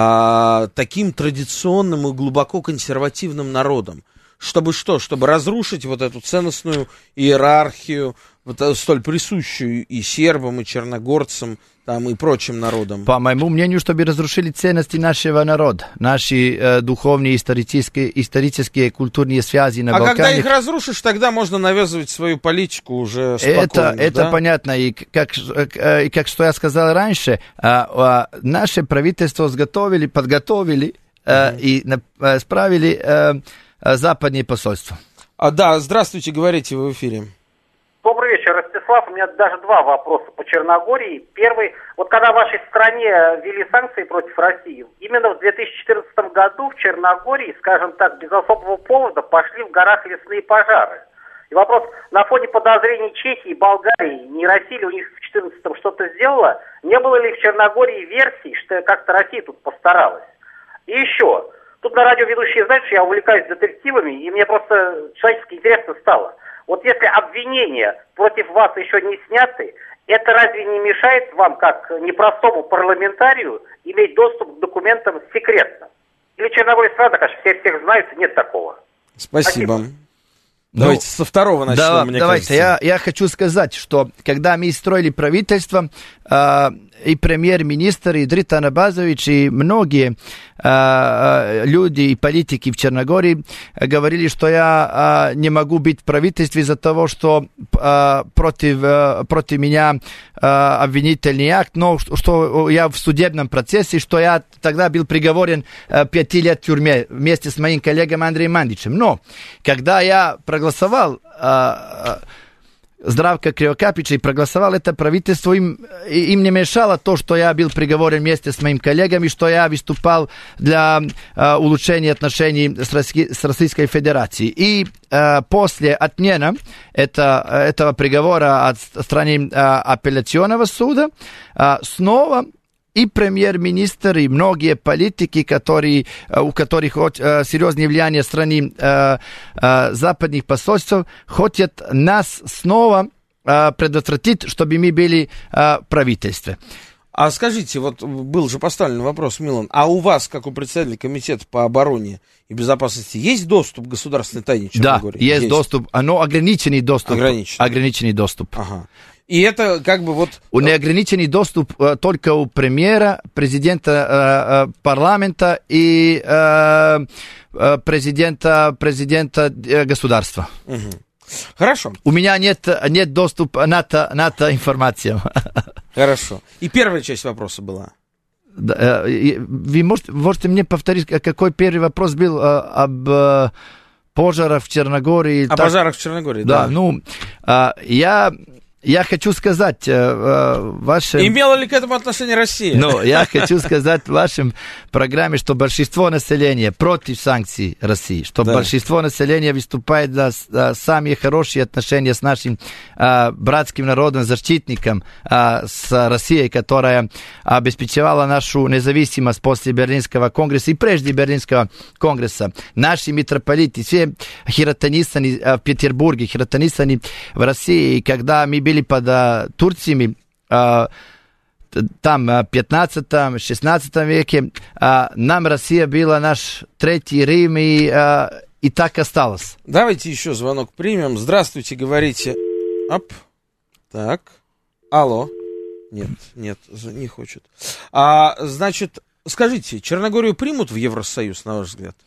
Speaker 3: а, таким традиционным и глубоко консервативным народом? Чтобы что? Чтобы разрушить вот эту ценностную иерархию, вот, столь присущую и сербам, и черногорцам, там, и прочим народам.
Speaker 4: По моему мнению, чтобы разрушили ценности нашего народа, наши э, духовные, исторические, исторические, культурные связи на
Speaker 3: а
Speaker 4: Балканах.
Speaker 3: А когда их разрушишь, тогда можно навязывать свою политику уже спокойно.
Speaker 4: Это,
Speaker 3: да?
Speaker 4: это понятно. И как, и как что я сказал раньше, э, э, наше правительство сготовили, подготовили э, угу. и э, справили э, западные посольства.
Speaker 3: А, да, здравствуйте, говорите, вы в эфире.
Speaker 6: Добрый вечер, Ростислав. У меня даже два вопроса по Черногории. Первый, вот когда в вашей стране ввели санкции против России, именно в две тысячи четырнадцатом году в Черногории, скажем так, без особого повода пошли в горах лесные пожары. И вопрос, на фоне подозрений Чехии и Болгарии, не Россия ли у них в четырнадцатом что-то сделала, не было ли в Черногории версий, что как-то Россия тут постаралась? И еще, тут на радио ведущие знают, что я увлекаюсь детективами, и мне просто человечески интересно стало. Вот если обвинения против вас еще не сняты, это разве не мешает вам, как непростому парламентарию, иметь доступ к документам секретно? Или Черногория страна, конечно, все всех знают, нет такого.
Speaker 3: Спасибо.
Speaker 6: Спасибо.
Speaker 3: Давайте
Speaker 4: ну,
Speaker 3: со второго начнем,
Speaker 4: да,
Speaker 3: мне
Speaker 4: давайте.
Speaker 3: кажется.
Speaker 4: Я, я хочу сказать, что когда мы строили правительство, э, и премьер-министр, и Дритан Абазович, и многие э, люди и политики в Черногории говорили, что я э, не могу быть в правительстве из-за того, что э, против, э, против меня э, обвинительный акт, но что я в судебном процессе, что я тогда был приговорен э, пяти лет в тюрьме вместе с моим коллегой Андреем Мандичем. Но когда я проголосовал э, Здравка Кривокапича и проголосовал это правительство, им, им не мешало то, что я был приговорен вместе с моими коллегами, что я выступал для э, улучшения отношений с, Росси, с Российской Федерацией. И э, после отмены это, этого приговора от страны э, апелляционного суда э, снова и премьер-министр, и многие политики, которые, у которых серьезное влияние в стране западных посольств, хотят нас снова предотвратить, чтобы мы были в правительстве.
Speaker 3: А скажите, вот был же поставлен вопрос, Милан, а у вас, как у председателя комитета по обороне и безопасности, есть доступ к государственной тайне Черногории?
Speaker 4: Да, есть, есть доступ, но ограниченный доступ.
Speaker 3: Ограниченный.
Speaker 4: Ограниченный доступ.
Speaker 3: Ага. И это как бы вот...
Speaker 4: У неограниченный доступ uh, только у премьера, президента uh, uh, парламента и uh, uh, президента, президента uh, государства.
Speaker 3: Угу. Хорошо.
Speaker 4: У меня нет, нет доступа на то информацию.
Speaker 3: Хорошо. И первая часть вопроса была?
Speaker 4: Да, uh, вы можете, можете мне повторить, какой первый вопрос был uh, об... Uh, пожарах в Черногории.
Speaker 3: О так... пожарах в Черногории,
Speaker 4: да.
Speaker 3: Да,
Speaker 4: ну, uh, я... Я хочу сказать э, вашим...
Speaker 3: Имела ли к этому отношение Россия?
Speaker 4: Ну, я хочу сказать в вашем программе, что большинство населения против санкций России, что да. большинство населения выступает за, за самые хорошие отношения с нашим э, братским народом, защитником э, с Россией, которая обеспечивала нашу независимость после Берлинского конгресса и прежде Берлинского конгресса. Наши митрополиты, все хиротонисты э, в Петербурге, хиротонисты в России, и когда мы были под а, Турциями, а, там в пятнадцатом-шестнадцатом веке, а, нам Россия была наш третий Рим, и, а, и так осталось.
Speaker 3: Давайте еще звонок примем. Здравствуйте, говорите. Оп. Так. Алло. Нет, нет, не хочет. А, значит, скажите, Черногорию примут в Евросоюз, на ваш взгляд?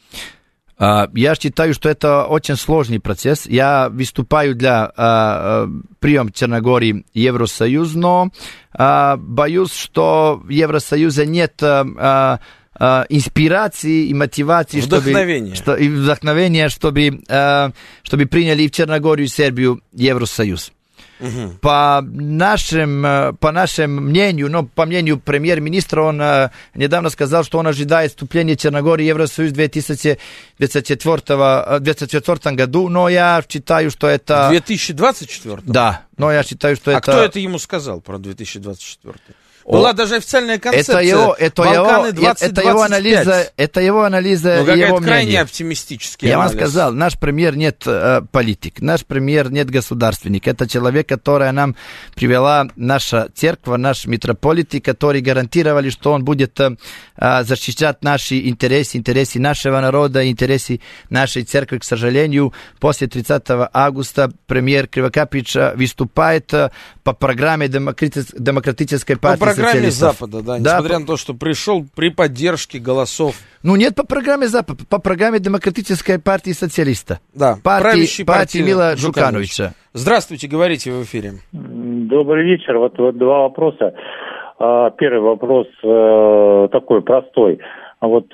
Speaker 4: Я считаю, что это очень сложный процесс. Я выступаю для uh, приема Черногории в Евросоюз, но uh, боюсь, что в Евросоюзе нет uh, uh, инспирации и мотивации,
Speaker 3: вдохновения,
Speaker 4: чтобы, что, и вдохновения, чтобы, uh, чтобы приняли и в Черногорию и Сербию в Евросоюз. Угу. По нашим, по нашему мнению, но по мнению премьер-министра, он uh, недавно сказал, что он ожидает вступления Черногории в Евросоюз в две тысячи двадцать четвёртом году, но я считаю, что это...
Speaker 3: В две тысячи двадцать четвёртом?
Speaker 4: Да, но я считаю, что
Speaker 3: а
Speaker 4: это...
Speaker 3: А кто это ему сказал про две тысячи двадцать четвёртый? Была О, даже официальная концепция.
Speaker 4: Это его, это
Speaker 3: Балканы
Speaker 4: его,
Speaker 3: двадцать
Speaker 4: это его анализа, это его анализа,
Speaker 3: ну,
Speaker 4: его
Speaker 3: крайне
Speaker 4: мнение.
Speaker 3: Оптимистический
Speaker 4: Я
Speaker 3: анализ.
Speaker 4: вам сказал, наш премьер нет э, политик, наш премьер нет государственник. Это человек, который нам привела наша церковь, наш митрополит, которые гарантировали, что он будет э, защищать наши интересы, интересы нашего народа, интересы нашей церкви. К сожалению, после тридцатого августа премьер Кривокапич выступает э, по программе демократи- демократической партии.
Speaker 3: По программе Запада, да,
Speaker 4: да,
Speaker 3: несмотря
Speaker 4: по...
Speaker 3: на то, что пришел при поддержке голосов.
Speaker 4: Ну, нет по программе Запада, по программе Демократической партии социалиста.
Speaker 3: Да,
Speaker 4: партии, партии Мила Джукановича.
Speaker 3: Здравствуйте, говорите в эфире.
Speaker 7: Добрый вечер. Вот, вот два вопроса. Первый вопрос такой простой. Вот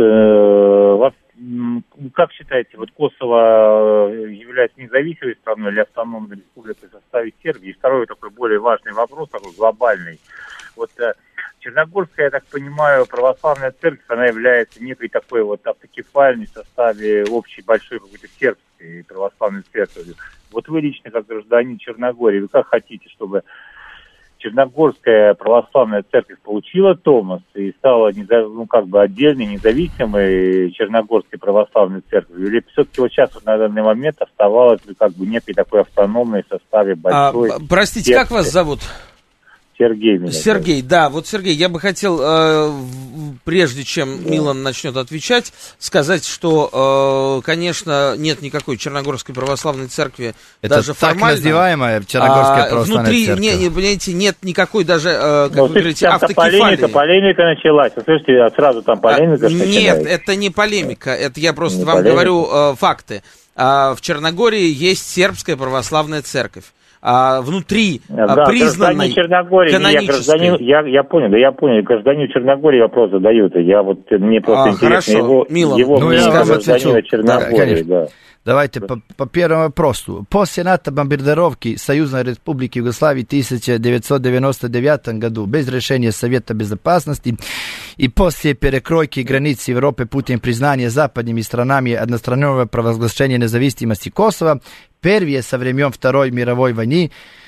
Speaker 7: как считаете, вот Косово является независимой страной или автономной республикой в составе Сербии? И второй такой более важный вопрос, такой глобальный. Вот э, Черногорская, я так понимаю, православная церковь, она является некой такой вот автокефальной в составе общей большой какой-то сербской православной церкви. Вот вы лично, как гражданин Черногории, вы как хотите, чтобы Черногорская православная церковь получила Томос и стала ну, как бы отдельной, независимой Черногорской православной церковью? Или все-таки вот сейчас вот на данный момент оставалось как бы некой такой автономной в составе большой...
Speaker 3: А, простите, церкви? Как вас зовут?
Speaker 7: Сергей. Меня
Speaker 3: Сергей,
Speaker 7: зовут.
Speaker 3: да, вот Сергей, я бы хотел, э, прежде чем да. Милан начнет отвечать, сказать, что, э, конечно, нет никакой Черногорской православной церкви,
Speaker 4: это
Speaker 3: даже формально.
Speaker 4: Это так называемая Черногорская а, православная
Speaker 3: внутри,
Speaker 4: церковь.
Speaker 3: Не, не, понимаете, нет никакой даже, э, как
Speaker 7: ну,
Speaker 3: вы говорите, автокефалии.
Speaker 7: Полемика, полемика началась, вы слышите, сразу там полемика
Speaker 3: а, Нет, это не полемика, это я просто не вам полемика. говорю э, факты. А, в Черногории есть сербская православная церковь. А, внутри
Speaker 7: да,
Speaker 3: а, признанной
Speaker 7: Черногории,
Speaker 3: канонической.
Speaker 7: Я, я, я понял, да я понял, гражданину Черногории вопрос задают, я вот, мне просто
Speaker 3: а,
Speaker 7: интересно
Speaker 3: хорошо.
Speaker 7: его,
Speaker 3: Милан.
Speaker 7: его
Speaker 4: ну,
Speaker 7: мнение гражданина Черногории, да. да.
Speaker 4: Давайте по, по первому вопросу. После НАТО бомбардировки Союзной Республики Югославии в тысяча девятьсот девяносто девятом году без решения Совета Безопасности и после перекройки границ Европы путем признания западными странами одностороннего провозглашения независимости Косово, первые со времен Второй мировой войны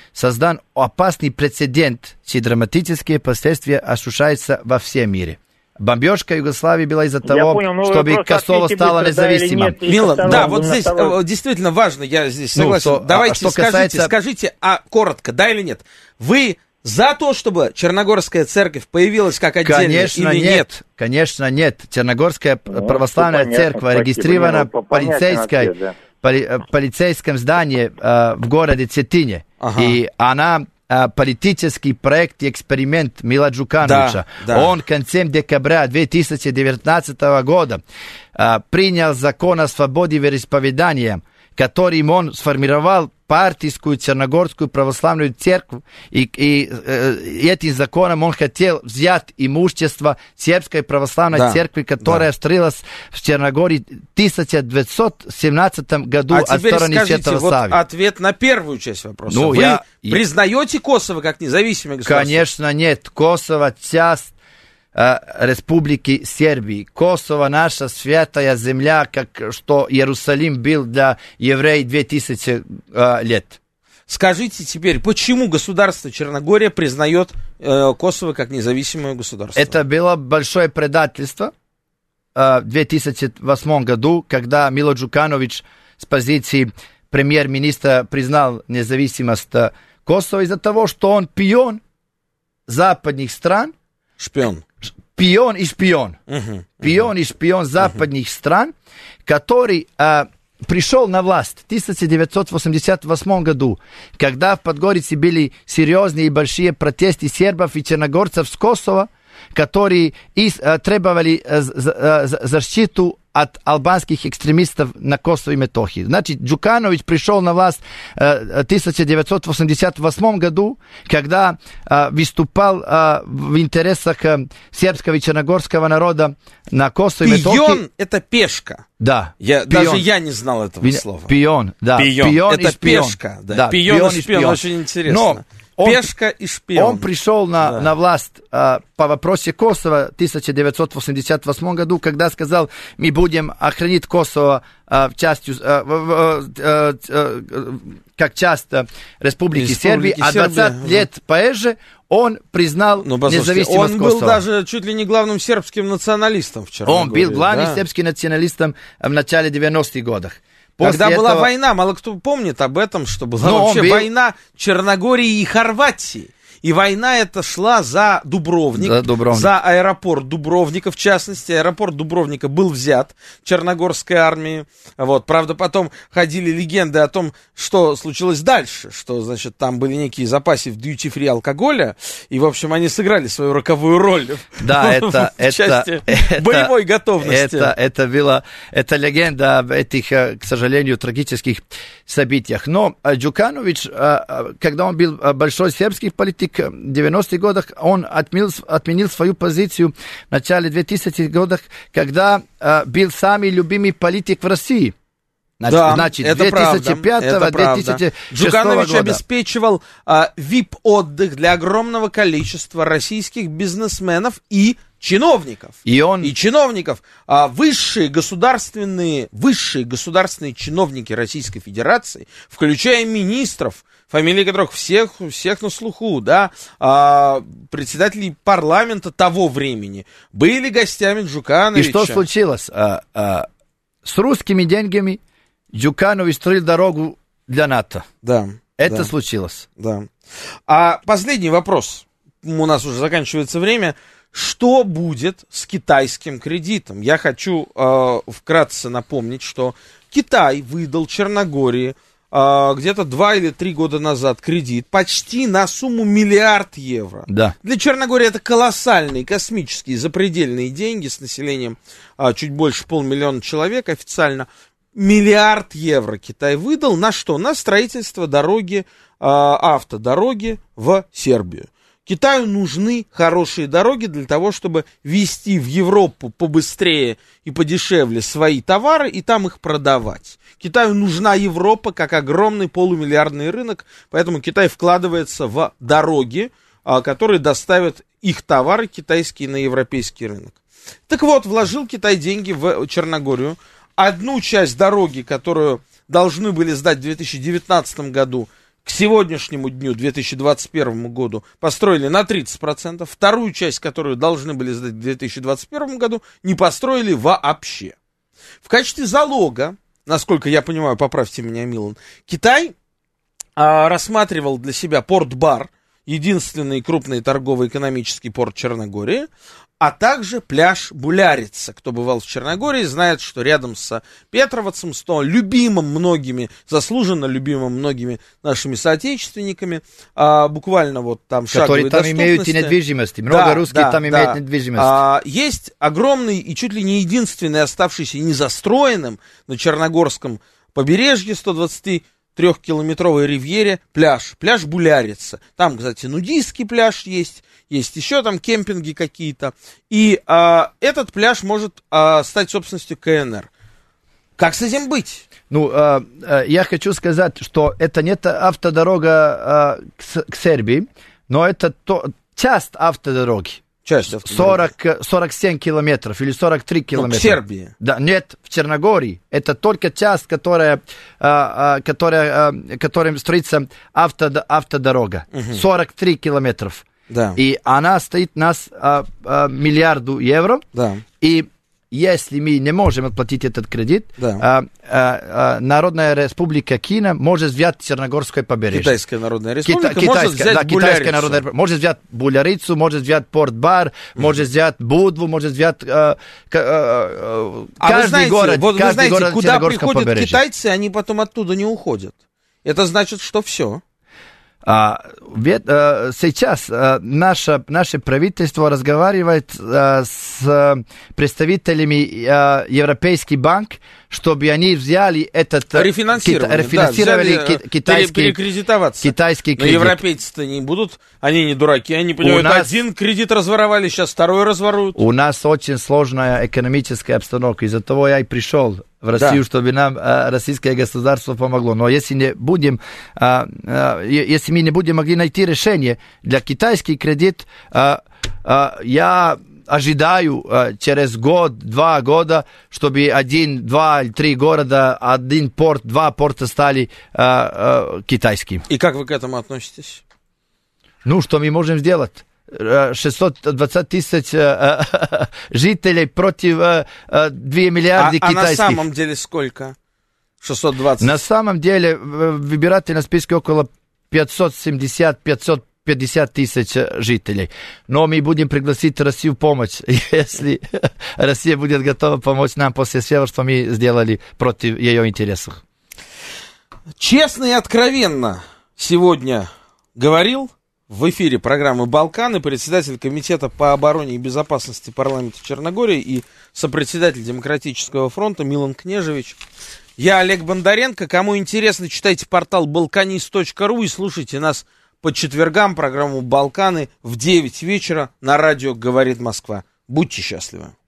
Speaker 4: создан опасный прецедент, чьи драматические последствия ощущаются во всем мире. Бомбежка Югославии была из-за того, понял, чтобы Косово стало независимым.
Speaker 3: Да, Мила, да, вот здесь второй... действительно важно, я здесь согласен. Ну, то, Давайте а что скажите, касается... скажите, а коротко, да или нет? Вы за то, чтобы Черногорская церковь появилась как отдельная
Speaker 4: Конечно
Speaker 3: или
Speaker 4: нет,
Speaker 3: нет?
Speaker 4: Конечно нет. Черногорская ну, православная понятно, церковь регистрирована в полицейской, да. поли, полицейском здании э, в городе Цетине. Ага. И она... политический проект и эксперимент Мила Джукановича. Да, да. Он в конце декабря две тысячи девятнадцатого года а, принял закон о свободе вероисповедания, которым он сформировал партийскую Черногорскую православную церковь, и, и, и этим законом он хотел взять имущество сербской православной да, церкви, которая да. строилась в Черногории в тысяча девятьсот семнадцатом году
Speaker 3: а
Speaker 4: от стороны Святого
Speaker 3: вот
Speaker 4: Савы.
Speaker 3: Ответ на первую часть вопроса.
Speaker 4: Ну,
Speaker 3: Вы
Speaker 4: я...
Speaker 3: признаете Косово как независимое государство?
Speaker 4: Конечно нет. Косово часть Республики Сербии. Косово наша святая земля, как что Иерусалим был для евреев две тысячи э, лет.
Speaker 3: Скажите теперь, почему государство Черногория признает э, Косово как независимое государство?
Speaker 4: Это было большое предательство э, в две тысячи восьмом году, когда Мило Джуканович с позиции премьер-министра признал независимость Косово из-за того, что он пион западных стран.
Speaker 3: Шпион.
Speaker 4: Пион и шпион.
Speaker 3: Uh-huh.
Speaker 4: Пион и шпион западных uh-huh. стран, который а, пришел на власть в тысяча девятьсот восемьдесят восьмом году, когда в Подгорице были серьезные и большие протесты сербов и черногорцев с Косово, которые и, а, требовали а, за, а, защиту от албанских экстремистов на Косово и Метохии. Значит, Джуканович пришел на власть э, в тысяча девятьсот восемьдесят восьмом году, когда э, выступал э, в интересах э, сербского и черногорского народа на Косово и Метохии.
Speaker 3: Пион — это пешка.
Speaker 4: Да.
Speaker 3: Я, даже я не знал этого
Speaker 4: Ви...
Speaker 3: слова.
Speaker 4: Пион, да.
Speaker 3: Пион.
Speaker 4: Пион
Speaker 3: это
Speaker 4: и шпион.
Speaker 3: Пешка. Да.
Speaker 4: Да.
Speaker 3: Пион,
Speaker 4: Пион
Speaker 3: и шпион. Очень интересно.
Speaker 4: Но он,
Speaker 3: Пешка и шпион.
Speaker 4: Он пришел на, да. на власть а, по вопросе Косово в тысяча девятьсот восемьдесят восьмом году, когда сказал, мы будем охранить Косово а, в частью, а, а, а, а, как часть а, Республики, Республики Сербии, а двадцать лет позже он признал ну, независимость
Speaker 3: он
Speaker 4: Косово.
Speaker 3: Он был даже чуть ли не главным сербским националистом в Черногории.
Speaker 4: Он был главным
Speaker 3: да?
Speaker 4: сербским националистом в начале девяностых годов.
Speaker 3: После Когда
Speaker 4: этого...
Speaker 3: была война, мало кто помнит об этом, что была
Speaker 4: Но
Speaker 3: вообще
Speaker 4: был...
Speaker 3: война Черногории и Хорватии. И война эта шла за Дубровник, за, Дубровник. за аэропорт Дубровника, в частности. Аэропорт Дубровника был взят Черногорской армией. Вот. Правда, потом ходили легенды о том, что случилось дальше. Что, значит, там были некие запасы в дьюти-фри алкоголя. И, в общем, они сыграли свою роковую роль
Speaker 4: да, это,
Speaker 3: в части
Speaker 4: это,
Speaker 3: боевой готовности.
Speaker 4: Это, это, была, это легенда об этих, к сожалению, трагических событиях. Но Джуканович, когда он был большой сербский политик, в девяностых годах он отменил, отменил свою позицию в начале двухтысячных годов, когда э, был самый любимый политик в России. Значит,
Speaker 3: да,
Speaker 4: значит
Speaker 3: это
Speaker 4: две тысячи пятого - две тысячи шестого
Speaker 3: Джуканович
Speaker 4: года.
Speaker 3: обеспечивал а, ви ай пи-отдых для огромного количества российских бизнесменов и чиновников.
Speaker 4: И он...
Speaker 3: И чиновников. А, высшие государственные, высшие государственные чиновники Российской Федерации, включая министров, фамилии которых всех, всех на слуху, да, а, председателей парламента того времени, были гостями Джукановича.
Speaker 4: И что случилось? А, а, с русскими деньгами Джуканович строил дорогу для НАТО.
Speaker 3: Да.
Speaker 4: Это
Speaker 3: да,
Speaker 4: случилось.
Speaker 3: Да. А последний вопрос. У нас уже заканчивается время. Что будет с китайским кредитом? Я хочу э, вкратце напомнить, что Китай выдал Черногории э, где-то два или три года назад кредит почти на сумму миллиард евро.
Speaker 4: Да.
Speaker 3: Для Черногории это колоссальные, космические, запредельные деньги с населением э, чуть больше полмиллиона человек официально. Миллиард евро Китай выдал на что? На строительство дороги, э, автодороги в Сербию. Китаю нужны хорошие дороги для того, чтобы везти в Европу побыстрее и подешевле свои товары и там их продавать. Китаю нужна Европа как огромный полумиллиардный рынок, поэтому Китай вкладывается в дороги, э, которые доставят их товары китайские на европейский рынок. Так вот, вложил Китай деньги в Черногорию. Одну часть дороги, которую должны были сдать в две тысячи девятнадцатом году, к сегодняшнему дню, две тысячи двадцать первому году, построили на тридцать процентов. Вторую часть, которую должны были сдать в две тысячи двадцать первом году, не построили вообще. В качестве залога, насколько я понимаю, поправьте меня, Милан, Китай а, рассматривал для себя порт-бар, единственный крупный торгово-экономический порт Черногории, а также пляж Булярица. Кто бывал в Черногории, знает, что рядом с Петровцем, с то любимым многими, заслуженно любимым многими нашими соотечественниками, а, буквально вот там шаговой
Speaker 4: доступности. Которые там имеют и недвижимости. Много да, русских да, там да. имеют недвижимость.
Speaker 3: А, есть огромный и чуть ли не единственный оставшийся незастроенным на Черногорском побережье сто двадцать трехкилометровой ривьере пляж, пляж Булярица. Там, кстати, нудистский пляж есть, есть еще там кемпинги какие-то. И а, этот пляж может а, стать собственностью ка эн эр. Как с этим быть?
Speaker 4: Ну, э, э, я хочу сказать, что это не автодорога э, к, к Сербии, но это то, часть автодороги.
Speaker 3: Часть
Speaker 4: сорок, сорок семь километров или сорок три километра.
Speaker 3: Ну, в Сербии?
Speaker 4: Да, нет, в Черногории. Это только часть, которая, а, а, которая, а, которым строится авто, автодорога. Угу. сорок три километров.
Speaker 3: Да.
Speaker 4: И она стоит нас а, а, миллиарду евро.
Speaker 3: Да.
Speaker 4: И если мы не можем оплатить этот кредит,
Speaker 3: да.
Speaker 4: а, а, а, Народная Республика Кина может взять Черногорское побережье.
Speaker 3: Китайская Народная Республика
Speaker 4: Кита-
Speaker 3: может взять
Speaker 4: да,
Speaker 3: Булярицу.
Speaker 4: Народная, может взять Булярицу, может взять Порт-Бар, mm-hmm. может взять Будву, может взять а, а, а,
Speaker 3: а
Speaker 4: каждый
Speaker 3: вы знаете,
Speaker 4: город.
Speaker 3: Вот,
Speaker 4: каждый
Speaker 3: вы знаете,
Speaker 4: город
Speaker 3: куда приходят
Speaker 4: побережья.
Speaker 3: Китайцы, они потом оттуда не уходят. Это значит, что все.
Speaker 4: А, ведь, а, сейчас а, наше, наше правительство разговаривает а, с представителями а, Европейский банк, чтобы они взяли этот...
Speaker 3: Рефинансировали,
Speaker 4: кита, рефинансировали
Speaker 3: да, взяли,
Speaker 4: ки, китайский,
Speaker 3: перекредитоваться.
Speaker 4: Китайский кредит.
Speaker 3: Но европейцы-то не будут, они не дураки, они понимают, нас, один кредит разворовали, сейчас второй разворуют.
Speaker 4: У нас очень сложная экономическая обстановка, из-за того я и пришел в Россию, да. чтобы нам а, российское государство помогло. Но если не будем, а, а, если мы не будем могли найти решение для китайский кредит, а, а, я ожидаю а, через год-два года, чтобы один, два или три города, один порт, два порта стали а, а, китайскими.
Speaker 3: И как вы к этому относитесь?
Speaker 4: Ну, что мы можем сделать? шестьсот двадцать тысяч э, э, жителей против э, два миллиарда
Speaker 3: а,
Speaker 4: китайских.
Speaker 3: А на самом деле сколько? шестьсот двадцать?
Speaker 4: На самом деле в избирательном списке около пятьсот семьдесят - пятьсот пятьдесят тысяч жителей. Но мы будем пригласить Россию в помощь, если Россия будет готова помочь нам после всего, что мы сделали против ее интересов.
Speaker 3: Честно и откровенно сегодня говорил в эфире программы «Балканы» председатель Комитета по обороне и безопасности парламента Черногории и сопредседатель Демократического фронта Милан Кнежевич. Я Олег Бондаренко. Кому интересно, читайте портал балканист точка ру и слушайте нас по четвергам, программу «Балканы» в девять вечера на радио «Говорит Москва». Будьте счастливы.